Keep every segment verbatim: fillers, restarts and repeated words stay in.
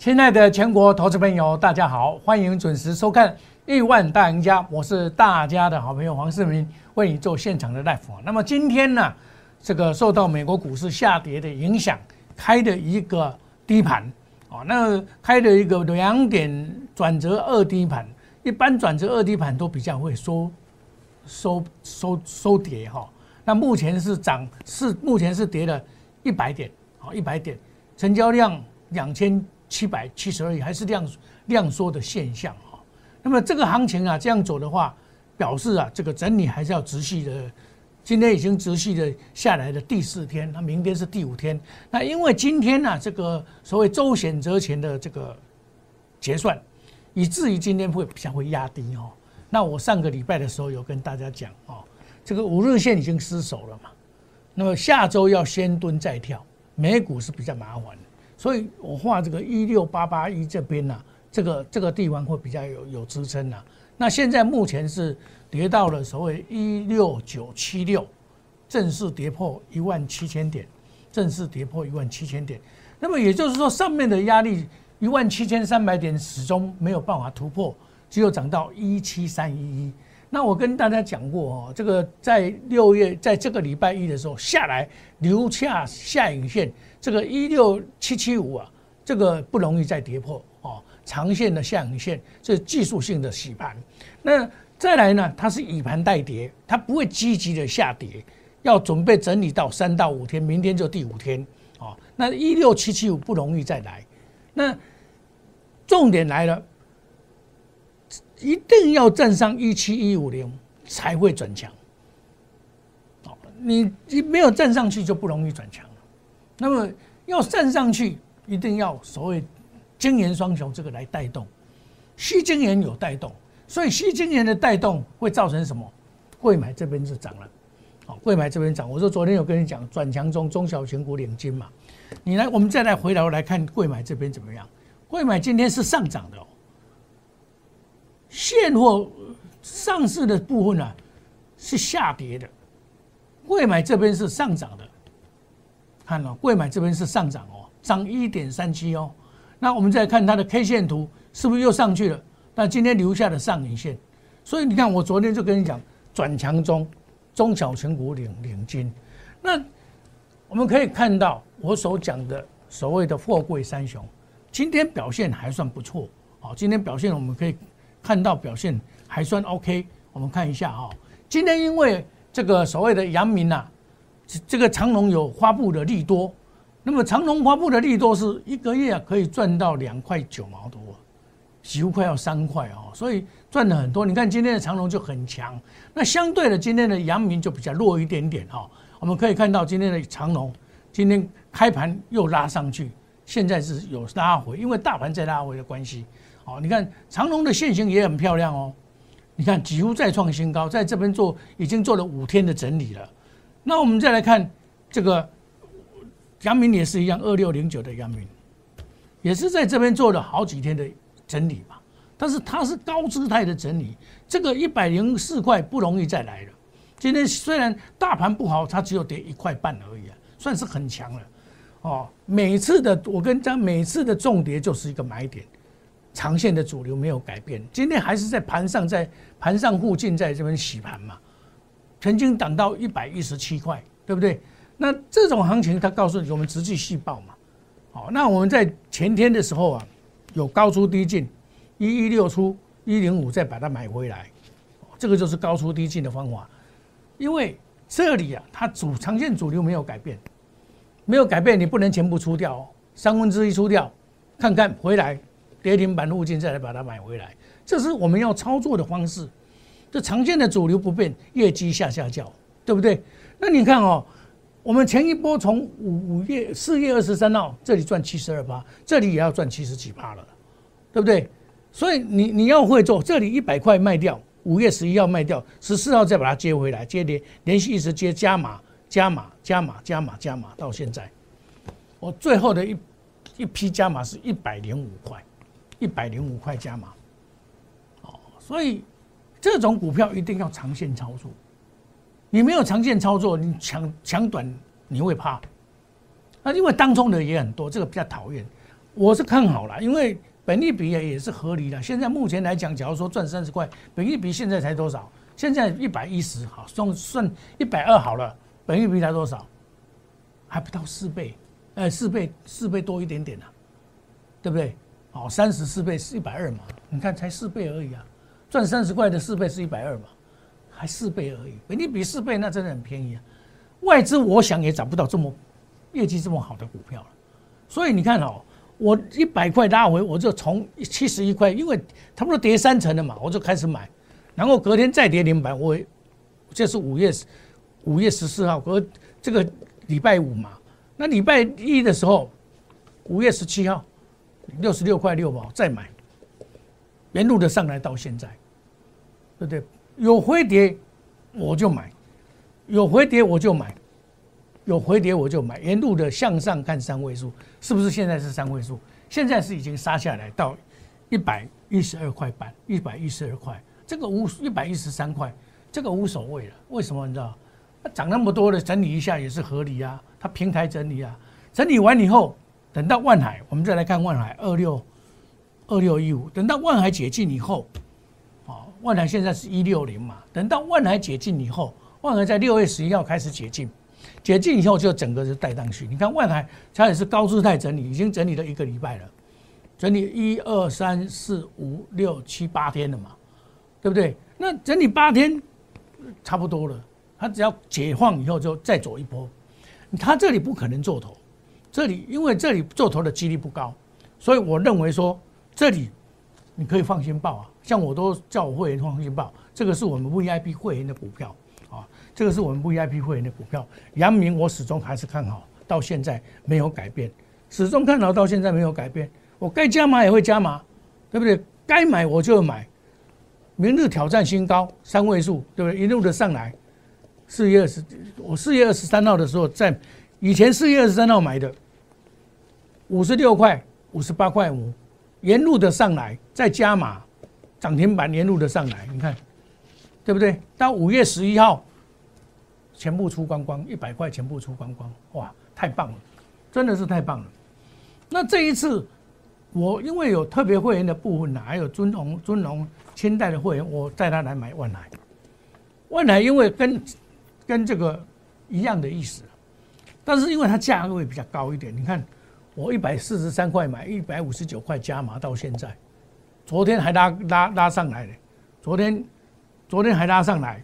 亲爱的全国投资朋友，大家好，欢迎准时收看《亿万大赢家》，我是大家的好朋友黄世明，为你做现场的 live。那么今天呢，这个受到美国股市下跌的影响，开的一个低盘，哦，那开的一个两点转折二低盘，一般转折二低盘都比较会收收收收跌哈。那目前是涨是目前是跌了一百点，好一百点，成交量两千七百七十二亿，还是量量缩的现象哈。那么这个行情啊，这样走的话，表示啊，这个整理还是要持续的。今天已经持续的下来的第四天，那明天是第五天。那因为今天呢、啊，这个所谓周选择权的这个结算，以至于今天会比较会压低哦。那我上个礼拜的时候有跟大家讲哦，这个五日线已经失守了嘛。那么下周要先蹲再跳，美股是比较麻烦的。所以我画这个一六八八一这边呢、啊，这个这个地方会比较有有支撑啊。那现在目前是跌到了所谓一六九七六，正式跌破一万七千点，正式跌破一万七千点。那么也就是说，上面的压力一万七千三百点始终没有办法突破，只有涨到一七三一一。那我跟大家讲过哦，这个在六月，在这个礼拜一的时候下来留下下影线，这个一六七七五啊，这个不容易再跌破哦。长线的下影线，这是技术性的洗盘。那再来呢，它是以盘带跌，它不会积极的下跌，要准备整理到三到五天，明天就第五天哦。那一六七七五不容易再来。那重点来了。一定要站上一七一五零才会转强，你没有站上去就不容易转强了。那么要站上去，一定要所谓晶圆双雄这个来带动，矽晶圆有带动，所以矽晶圆的带动会造成什么？贵买这边是涨了，好，贵买这边涨。我说昨天有跟你讲，转强中中小型股领军嘛，你来，我们再来回头来看贵买这边怎么样？贵买今天是上涨的哦。现货上市的部分啊是下跌的，贵买这边是上涨的，看了、哦、贵买这边是上涨哦，涨 一点三七 哦。那我们再看它的 K 线图，是不是又上去了？那今天留下的上影线，所以你看我昨天就跟你讲，转强中，中小型股领领军。那我们可以看到我所讲的所谓的货柜三雄，今天表现还算不错，好，今天表现我们可以。看到表现还算 OK， 我们看一下哈。今天因为这个所谓的阳明啊，这个长荣有发布的利多，那么长荣发布的利多是一个月啊可以赚到两块九毛多，几乎快要三块哦，所以赚了很多。你看今天的长荣就很强，那相对的今天的阳明就比较弱一点点哈。我们可以看到今天的长荣今天开盘又拉上去，现在是有拉回，因为大盘在拉回的关系。好，你看长荣的线型也很漂亮哦，你看几乎再创新高，在这边做已经做了五天的整理了。那我们再来看这个阳明也是一样，二六零九的阳明也是在这边做了好几天的整理嘛，但是它是高姿态的整理，这个一百零四块不容易再来了。今天虽然大盘不好，它只有跌一块半而已啊，算是很强了哦。每次的我跟讲，每次的重跌就是一个买点。长线的主流没有改变，今天还是在盘上，在盘上附近，在这边洗盘嘛，曾经涨到一百一十七块，对不对？那这种行情，它告诉你我们直系细报嘛。好，那我们在前天的时候啊，有高出低进，一一六出一零五，再把它买回来，这个就是高出低进的方法。因为这里啊，它主长线主流没有改变，没有改变，你不能全部出掉哦，三分之一出掉，看看回来。跌停板附近再来把它买回来，这是我们要操作的方式。这常见的主流不变，业绩下下叫，对不对？那你看哦，我们前一波从五五月四月二十三号这里赚七十二趴，这里也要赚七十几趴了，对不对？所以你你要会做，这里一百块卖掉，五月十一号卖掉，十四号再把它接回来，接连连续一直接加码加码加码加码加码到现在，我最后的一一批加码是一百零五块。一百零五块加码，哦，所以这种股票一定要长线操作。你没有长线操作，你抢抢短你会怕。那因为当中的也很多，这个比较讨厌。 我是看好了，因为本益比也是合理的。现在目前来讲，假如说赚三十块，本益比现在才多少？现在一百一十，好，算算一百二好了，本益比才多少？还不到四倍，呃，四倍四倍多一点点啊，对不对？好，三十四倍是一百二嘛，你看才四倍而已啊，赚三十块的四倍是一百二嘛，还四倍而已，本益比四倍那真的很便宜啊。外资我想也找不到这么业绩这么好的股票了，所以你看哦。我一百块拉回，我就从七十一块，因为差不多跌三成了嘛，我就开始买，然后隔天再跌零百，我这是五月五月十四号，隔这个礼拜五嘛，那礼拜一的时候，五月十七号，六十六块六毛再买，沿路的上来到现在，对不对？有回跌我就买，有回跌我就买。有回跌我就买，沿路的向上看三位数，是不是现在是三位数？现在是已经杀下来到一百一十二块半，一百一十二块，这个无一百一十三块，这个无所谓了。为什么你知道？它涨那么多的，整理一下也是合理啊。它平台整理啊，整理完以后，等到万海，我们再来看万海二六二六一五，等到万海解禁以后，哦，万海现在是一六零嘛，等到万海解禁以后，万海在六月十一号开始解禁。解禁以后就整个就带上去，你看万海它也是高姿态整理，已经整理了一个礼拜了，整理一二三四五六七八天了嘛，对不对？那整理八天差不多了，它只要解放以后就再走一波，它这里不可能做头，这里因为这里做头的几率不高，所以我认为说这里你可以放心报啊，像我都叫我会员放心报，这个是我们 V I P 会员的股票。这个是我们 V I P 会员的股票，阳明我始终还是看好，到现在没有改变，始终看好到现在没有改变。我该加码也会加码，对不对？该买我就买，明日挑战新高，三位数，对不对？一路的上来。四月二十，我四月二十三号的时候，在以前四月二十三号买的，五十六块、五十八块五，沿路的上来，再加码，涨停板沿路的上来，你看，对不对？到五月十一号。全部出光光，一百块全部出光光，哇，太棒了，真的是太棒了。那这一次，我因为有特别会员的部分呢，还有尊荣、尊荣清代的会员，我带他来买万海。万海因为跟跟这个一样的意思，但是因为它价位比较高一点，你看我一百四十三块买，一百五十九块加码到现在，昨天还拉拉拉上来了，昨天昨天还拉上来。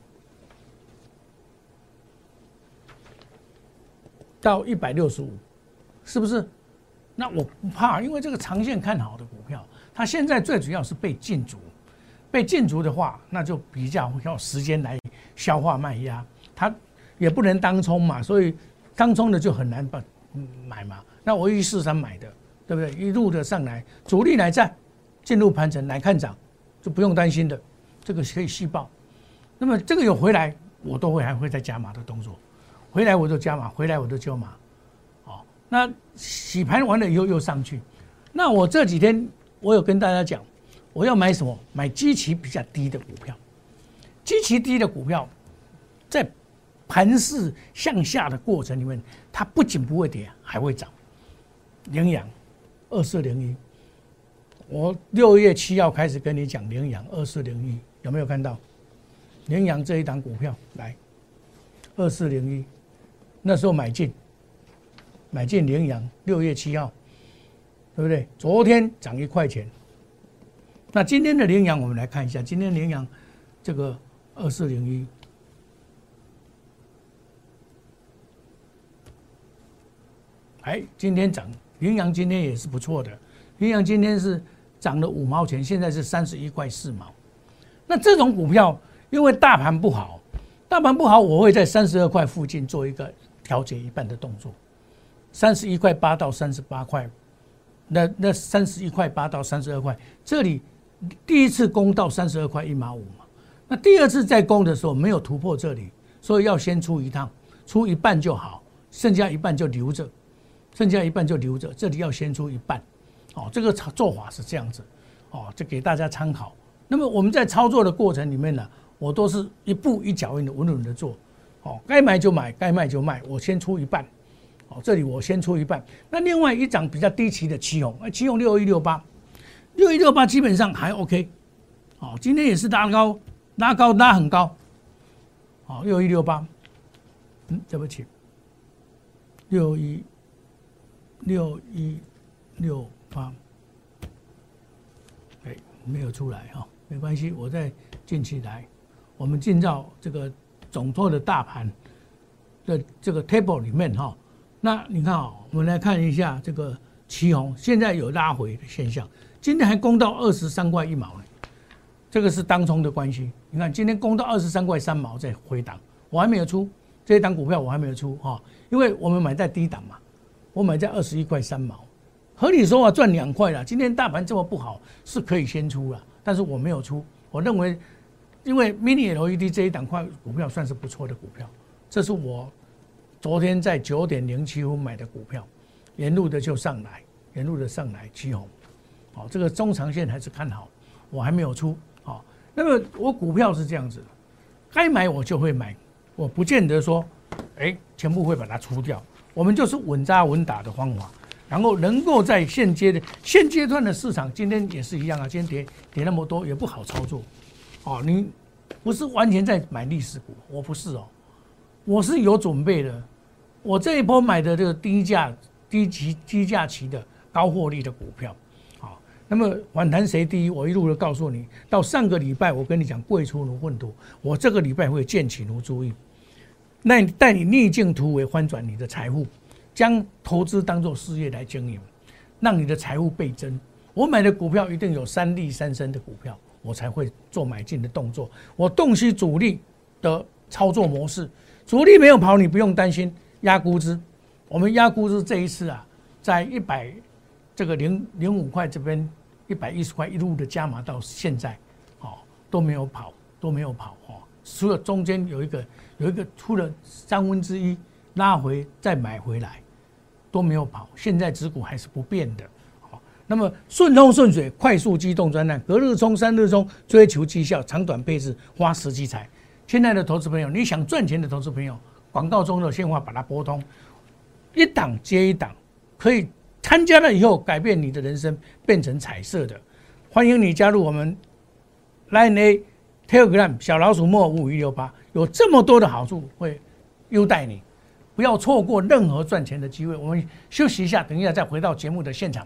到一百六十五，是不是？那我不怕，因为这个长线看好的股票，它现在最主要是被禁足，被禁足的话，那就比较要时间来消化卖压，它也不能当冲嘛，所以当冲的就很难把买嘛。那我一四三买的，对不对？一路的上来，主力来在进入盘整来看涨，就不用担心的，这个可以细报。那么这个有回来，我都会还会再加码的动作。回来我就加码，回来我就加码，哦，那洗盘完了以后又上去，那我这几天我有跟大家讲，我要买什么？买基期比较低的股票，基期低的股票，在盘势向下的过程里面，它不仅不会跌，还会涨。羚羊二四零一，我六月七号开始跟你讲羚羊二四零一，有没有看到？羚羊这一档股票来，二四零一。那时候买进，买进羚羊，六月七号，对不对？昨天涨一块钱。那今天的羚羊，我们来看一下，今天羚羊这个二四零一，哎，今天涨，羚羊今天也是不错的，羚羊今天是涨了五毛钱，现在是三十一块四毛。那这种股票，因为大盘不好，大盘不好，我会在三十二块附近做一个调节一半的动作，三十一块八到三十八块，那那三十一块八到三十二块，这里第一次攻到三十二块一毛五嘛，那第二次再攻的时候没有突破这里，所以要先出一趟，出一半就好，剩下一半就留着，剩下一半就留着，这里要先出一半，哦，这个做法是这样子，哦，就给大家参考。那么我们在操作的过程里面呢，我都是一步一脚印的稳稳的做，哦，该买就买，该卖就卖，我先出一半， 哦，这里我先出一半。那另外一档比较低期的奇鋐，奇鋐六一六八，六一六八基本上还 OK， 哦，今天也是拉高，拉高拉很高，好，六一六八，嗯，对不起，六一六一六八，哎，没有出来哈，没关系，我再进去来，我们进到这个总托的大盘的这个 table 里面哈。那你看啊、哦，我们来看一下这个奇鋐，现在有拉回的现象，今天还攻到二十三块一毛呢，这个是当冲的关系。你看今天攻到二十三块三毛再回档，我还没有出这一档股票，我还没有出哈、哦，因为我们买在低档嘛，我买在二十一块三毛，合理说啊赚两块了。今天大盘这么不好，是可以先出了，但是我没有出，我认为因为 Mini L E D 这一档块股票算是不错的股票，这是我昨天在九点零七分买的股票，沿路的就上来，沿路的上来奇鋐，好，这个中长线还是看好，我还没有出，好，那么我股票是这样子的，该买我就会买，我不见得说，哎，全部会把它出掉，我们就是稳扎稳打的方法，然后能够在现阶的现阶段的市场，今天也是一样啊，今天跌跌那么多也不好操作，哦，你不是完全在买历史股，我不是哦，我是有准备的。我这一波买的这个低价、低级、低价期的高获利的股票，好，那么反弹谁第一？我一路的告诉你，到上个礼拜我跟你讲贵出如粪土，我这个礼拜会剑起如珠印，那带你逆境突围，翻转你的财富，将投资当作事业来经营，让你的财富倍增。我买的股票一定有三利三升的股票，我才会做买进的动作。我洞悉主力的操作模式，主力没有跑，你不用担心。压估值，我们压估值这一次啊，在一百这个零零五块这边，一百一十块一路的加码到现在，哦都没有跑，都没有跑哦，除了中间有一个有一个出了三分之一拉回再买回来，都没有跑，现在指股还是不变的，好，那么顺风顺水，快速机动专案，隔日冲、三日冲，追求绩效，长短配置，花时机财。亲爱的投资朋友，你想赚钱的投资朋友。广告中的电话把它拨通，一档接一档，可以参加了以后改变你的人生，变成彩色的。欢迎你加入我们 Line A、Telegram 小老鼠莫五五一六八，有这么多的好处会优待你，不要错过任何赚钱的机会。我们休息一下，等一下再回到节目的现场。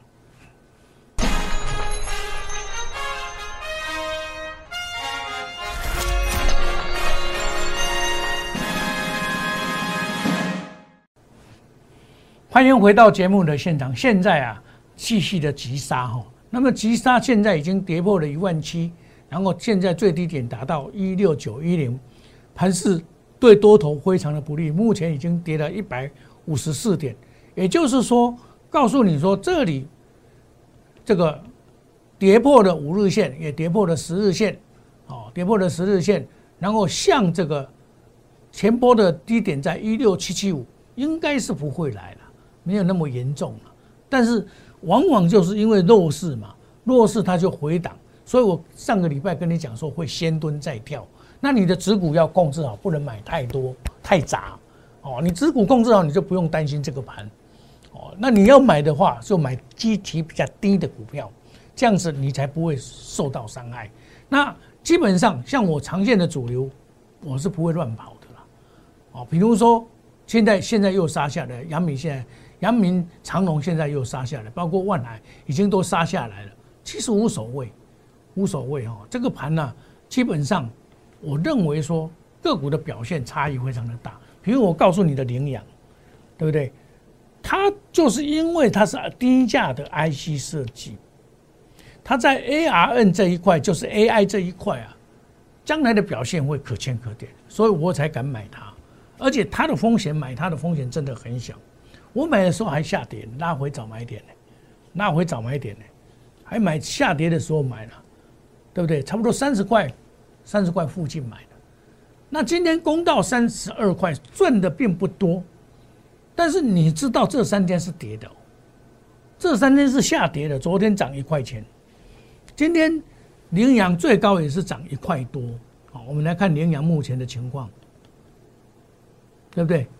欢迎回到节目的现场。现在啊，继续的急杀哈，那么急杀现在已经跌破了一万七，然后现在最低点达到一六九一零，盘势对多头非常的不利，目前已经跌了一百五十四点，也就是说，告诉你说这里这个跌破了五日线，也跌破了十日线，哦，跌破了十日线，然后向这个前波的低点在一六七七五，应该是不会来了。没有那么严重了，但是往往就是因为弱势嘛，弱势它就回档，所以我上个礼拜跟你讲说会先蹲再跳，那你的持股要控制好，不能买太多太杂哦。你持股控制好，你就不用担心这个盘哦。那你要买的话，就买基期比较低的股票，这样子你才不会受到伤害。那基本上像我常见的主流，我是不会乱跑的啦哦。比如说现在现在又杀下来，阳明现在。阳明、长荣现在又杀下来，包括万海已经都杀下来了，其实无所谓，无所谓哈。这个盘呢、啊，基本上我认为说个股的表现差异非常的大。比如我告诉你的羚羊，对不对？它就是因为它是低价的 I C 设计，它在 A R N 这一块，就是 A I 这一块啊，将来的表现会可圈可点，所以我才敢买它。而且它的风险，买它的风险真的很小。我买的时候还下跌，拉回早买点呢，拉回早买点呢，还买下跌的时候买了，对不对？差不多三十块，三十块附近买的。那今天攻到三十二块，赚的并不多，但是你知道这三天是跌的、哦，这三天是下跌的。昨天涨一块钱，今天羚羊最高也是涨一块多。好，我们来看羚羊目前的情况，对不对？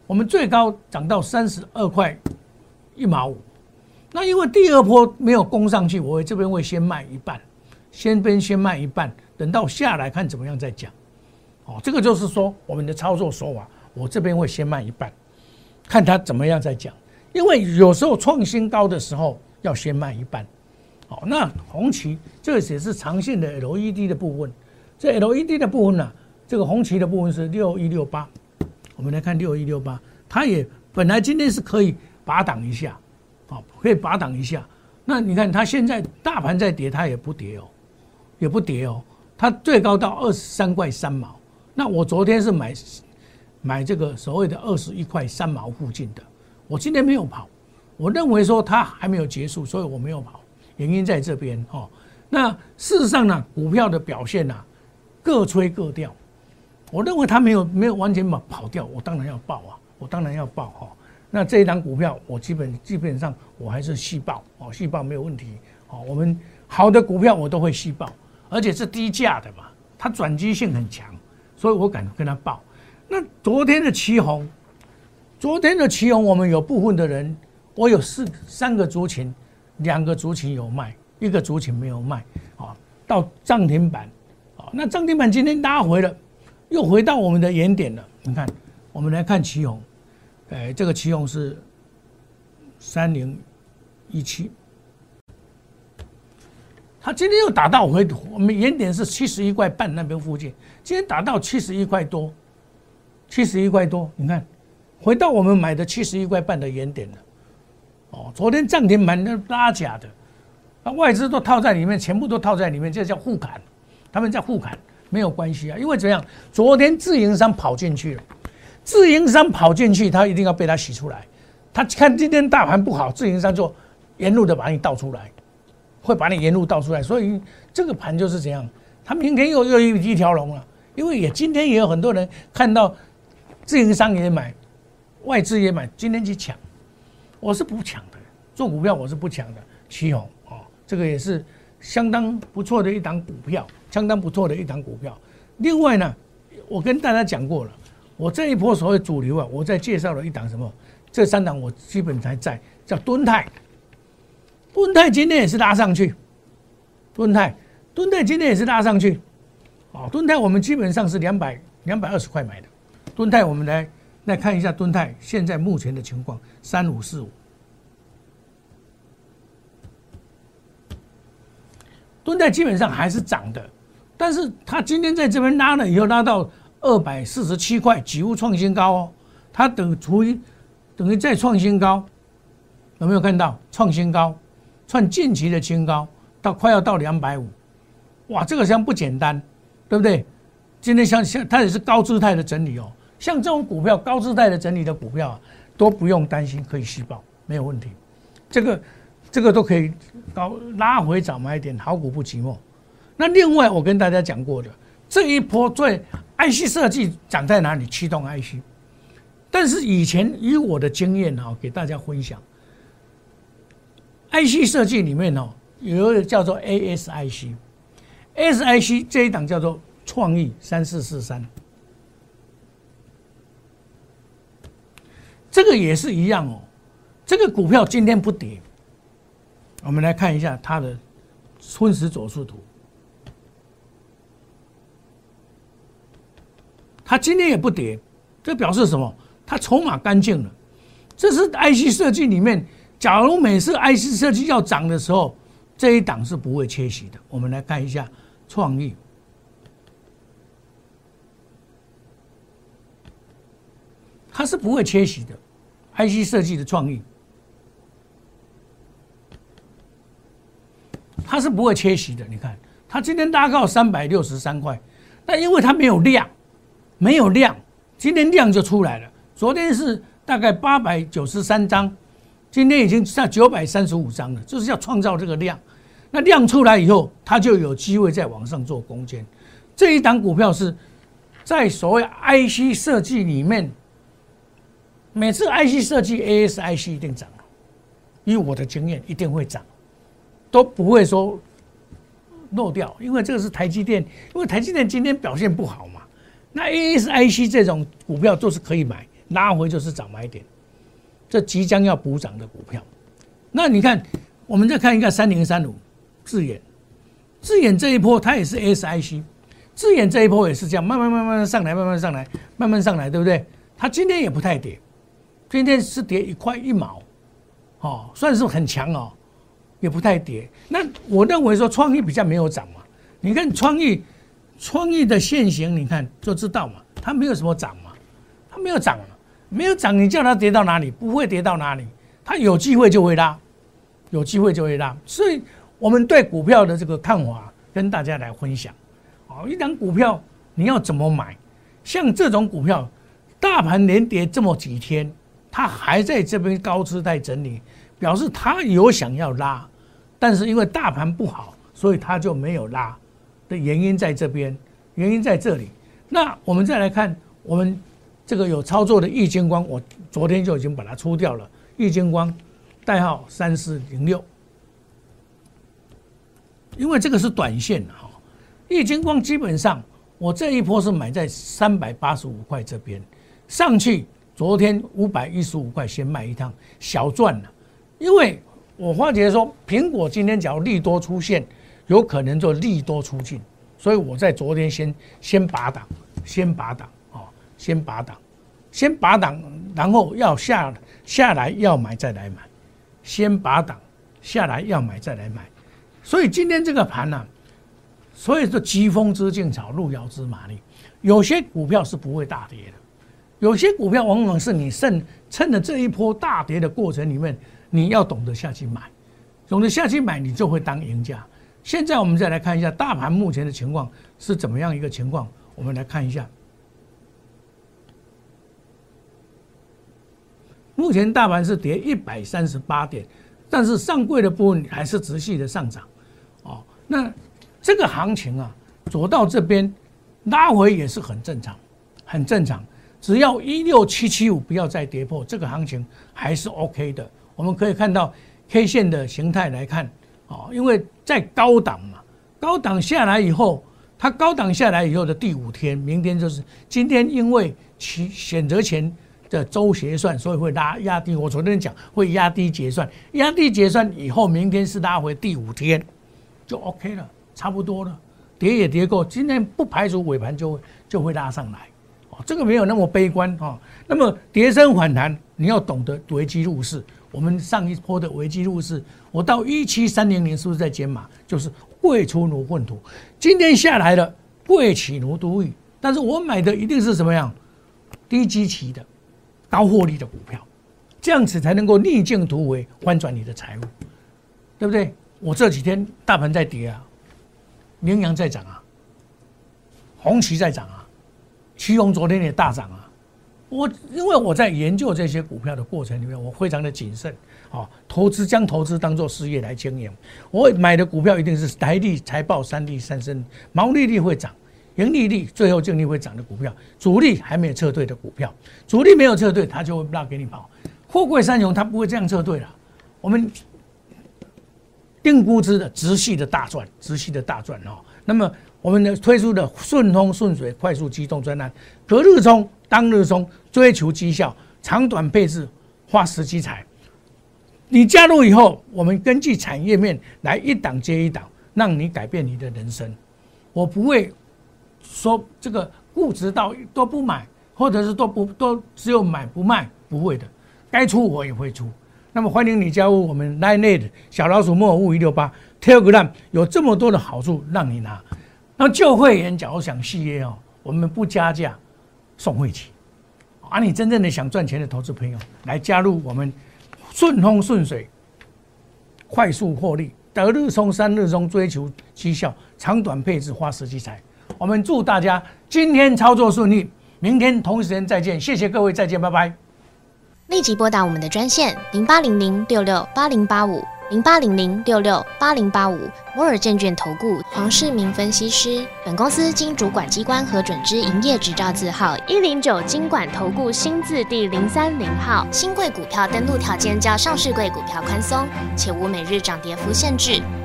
我们最高涨到三十二块一毛五。那因为第二波没有攻上去，我这边会先卖一半，先边先卖一半，等到下来看怎么样再讲。哦，这个就是说我们的操作手法，我这边会先卖一半，看它怎么样再讲。因为有时候创新高的时候要先卖一半。好，那红旗这个也是长线的 L E D 的部分，这 L E D 的部分呢、啊，这个红旗的部分是六一六八，我们来看六一六八，它也本来今天是可以拔档一下，好，可以拔档一下。那你看它现在大盘在跌，它也不跌哦，也不跌哦，它最高到二十三块三毛。那我昨天是买买这个所谓的二十一块三毛附近的，我今天没有跑，我认为说它还没有结束，所以我没有跑。原因在这边哦，那事实上呢，股票的表现啊，各吹各调。我认为它没有没有完全跑跑掉，我当然要报啊，我当然要报哈、哦。那这一档股票，我基本基本上我还是细报哦，细报没有问题哦。我们好的股票我都会细报，而且是低价的嘛，它转机性很强，所以我敢跟它报。那昨天的旗红，昨天的旗红，我们有部分的人，我有四三个族群。两个族群有卖，一个族群没有卖，啊，到涨停板，啊，那涨停板今天拉回了，又回到我们的原点了。你看，我们来看旗红，哎，这个旗红是三零一七，它今天又打到回，我们原点是七十一块半那边附近，今天打到七十一块多，七十一块多，你看，回到我们买的七十一块半的原点了。哦，昨天涨停板那拉假的，那外资都套在里面，全部都套在里面，这叫互砍，他们在互砍，没有关系啊，因为怎样？昨天自营商跑进去了，自营商跑进去，他一定要被他洗出来。他看今天大盘不好，自营商就沿路的把你倒出来，会把你沿路倒出来，所以这个盘就是这样。他明天又又一条龙了，因为也今天也有很多人看到自营商也买，外资也买，今天去抢。我是不抢的，做股票我是不抢的。旗红哦，这个也是相当不错的一档股票，相当不错的一档股票。另外呢，我跟大家讲过了，我这一波所谓主流啊，我在介绍了一档什么？这三档我基本还在，叫敦泰。敦泰今天也是拉上去，敦泰，敦泰今天也是拉上去。哦，敦泰我们基本上是两百两百二十块买的，敦泰我们来。来看一下敦泰现在目前的情况，三五四五。敦泰基本上还是涨的，但是它今天在这边拉了以后，拉到二百四十七块，几乎创新高哦。它等除以等于再创新高，有没有看到创新高？创近期的新高，到快要到两百五，哇，这个像不简单，对不对？今天像像它也是高姿态的整理哦。像这种股票高姿态的整理的股票啊，都不用担心，可以续报，没有问题。这个这个都可以高拉回早买点，好股不寂寞。那另外我跟大家讲过的，这一波最 I C 设计涨在哪里？驱动 I C。但是以前以我的经验啊，给大家分享 ，I C 设计里面哦，有一个叫做 A S I C，A S I C 这一档叫做创意三四四三。这个也是一样哦，这个股票今天不跌，我们来看一下它的分时走势图，它今天也不跌，这表示什么？它筹码干净了。这是 I C 设计里面，假如每次 I C 设计要涨的时候，这一档是不会缺席的。我们来看一下创意。它是不会缺席的 ，I C 设计的创意，它是不会缺席的。你看，它今天拉到三百六十三块，但因为它没有量，没有量，今天量就出来了。昨天是大概八百九十三张，今天已经在九百三十五张了，就是要创造这个量。那量出来以后，它就有机会再往上做攻坚。这一档股票是在所谓 I C 设计里面。每次 I C 设计 A S I C 一定涨，以我的经验一定会涨，都不会说漏掉，因为这个是台积电，因为台积电今天表现不好嘛，那 A S I C 这种股票都是可以买， 拉回就是找买点，这即将要补涨的股票。那你看，我们再看一个三零三五智原，智原这一波它也是 S I C， 智原这一波也是这样，慢慢慢慢上来，慢慢上来，慢慢上来，对不对？它今天也不太跌，今天是跌一块一毛，哦，算是很强哦，也不太跌。那我认为说创意比较没有涨嘛，你看创意，创意的现形，你看就知道嘛，它没有什么涨嘛，它没有涨嘛，没有涨，你叫它跌到哪里？不会跌到哪里，它有机会就会拉，有机会就会拉。所以我们对股票的这个看法跟大家来分享。哦，一档股票你要怎么买？像这种股票，大盘连跌这么几天，它还在这边高姿态整理，表示它有想要拉，但是因为大盘不好，所以它就没有拉的原因在这边，原因在这里。那我们再来看，我们这个有操作的玉晶光，我昨天就已经把它出掉了。玉晶光代号三四零六，因为这个是短线哈。玉晶光基本上，我这一波是买在三百八十五块这边。上去，昨天五百一十五块先卖一趟，小赚了。因为我发觉说，苹果今天假如利多出现，有可能就利多出尽，所以我在昨天先先拔档，先拔档哦，先拔档，先拔档，然后要下下来要买再来买，先拔档下来要买再来买。所以今天这个盘呢、啊，所以说疾风知劲草，路遥知马力，有些股票是不会大跌的。有些股票往往是你趁趁着这一波大跌的过程里面，你要懂得下去买，懂得下去买，你就会当赢家。现在我们再来看一下大盘目前的情况是怎么样一个情况，我们来看一下。目前大盘是跌一百三十八点，但是上柜的部分还是持续的上涨。哦，那这个行情啊，走到这边拉回也是很正常，很正常。只要一六七七五不要再跌破，这个行情还是 OK 的。我们可以看到 K 线的形态来看，哦，因为在高档嘛，高档下来以后，它高档下来以后的第五天，明天就是今天，因为其选择权的周结算，所以会拉压低。我昨天讲会压低结算，压低结算以后，明天是拉回第五天，就 OK 了，差不多了，跌也跌够，今天不排除尾盘就会就会拉上来。这个没有那么悲观哈。那么跌升反弹，你要懂得危机入市。我们上一波的危机入市，我到一七三零零是不是在减码？就是贵出如粪土。今天下来了，贵起如独玉。但是我买的一定是什么样？低基期的、高获利的股票，这样子才能够逆境突围，翻转你的财务，对不对？我这几天大盘在跌啊，羚羊在涨啊，红旗在涨啊。奇鋐昨天也大涨啊！我因为我在研究这些股票的过程里面，我非常的谨慎啊，投资将投资当作事业来经营。我买的股票一定是台力、财报三利三升，毛利率会涨，盈利率、最后净利会涨的股票，主力还没有撤退的股票，主力没有撤退，它就会让给你跑。货柜三雄它不会这样撤退了，我们定估值的直系的大赚，直系的大赚哦。那么我们的推出的顺风顺水快速机动专案，隔日冲、当日冲，追求绩效，长短配置，花时机财。你加入以后，我们根据产业面来一档接一档，让你改变你的人生。我不会说这个固执到都不买，或者是都不都只有买不卖，不会的，该出我也会出。那么欢迎你加入我们 Line 小老鼠莫尔五一六八 Telegram， 有这么多的好处让你拿。那旧会员假如想续约哦，我们不加价送会期。啊，你真正的想赚钱的投资朋友，来加入我们顺风顺水、快速获利、得日冲、三日冲，追求绩效，长短配置，花时机财。我们祝大家今天操作顺利，明天同一时间再见。谢谢各位，再见，拜拜。 立即拨打我们的专线零八零零六六八零八五零八零零六六八零八五摩尔证券投顾黄世明分析师。本公司经主管机关核准之营业执照字号一零九金管投顾新字第零三零号。新贵股票登录条件较上市贵股票宽松，且无每日涨跌幅限制。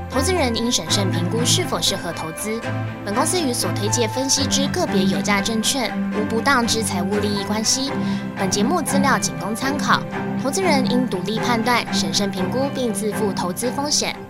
投资人应审慎评估是否适合投资。本公司与所推介分析之个别有价证券无不当之财务利益关系。本节目资料仅供参考，投资人应独立判断、审慎评估并自负投资风险。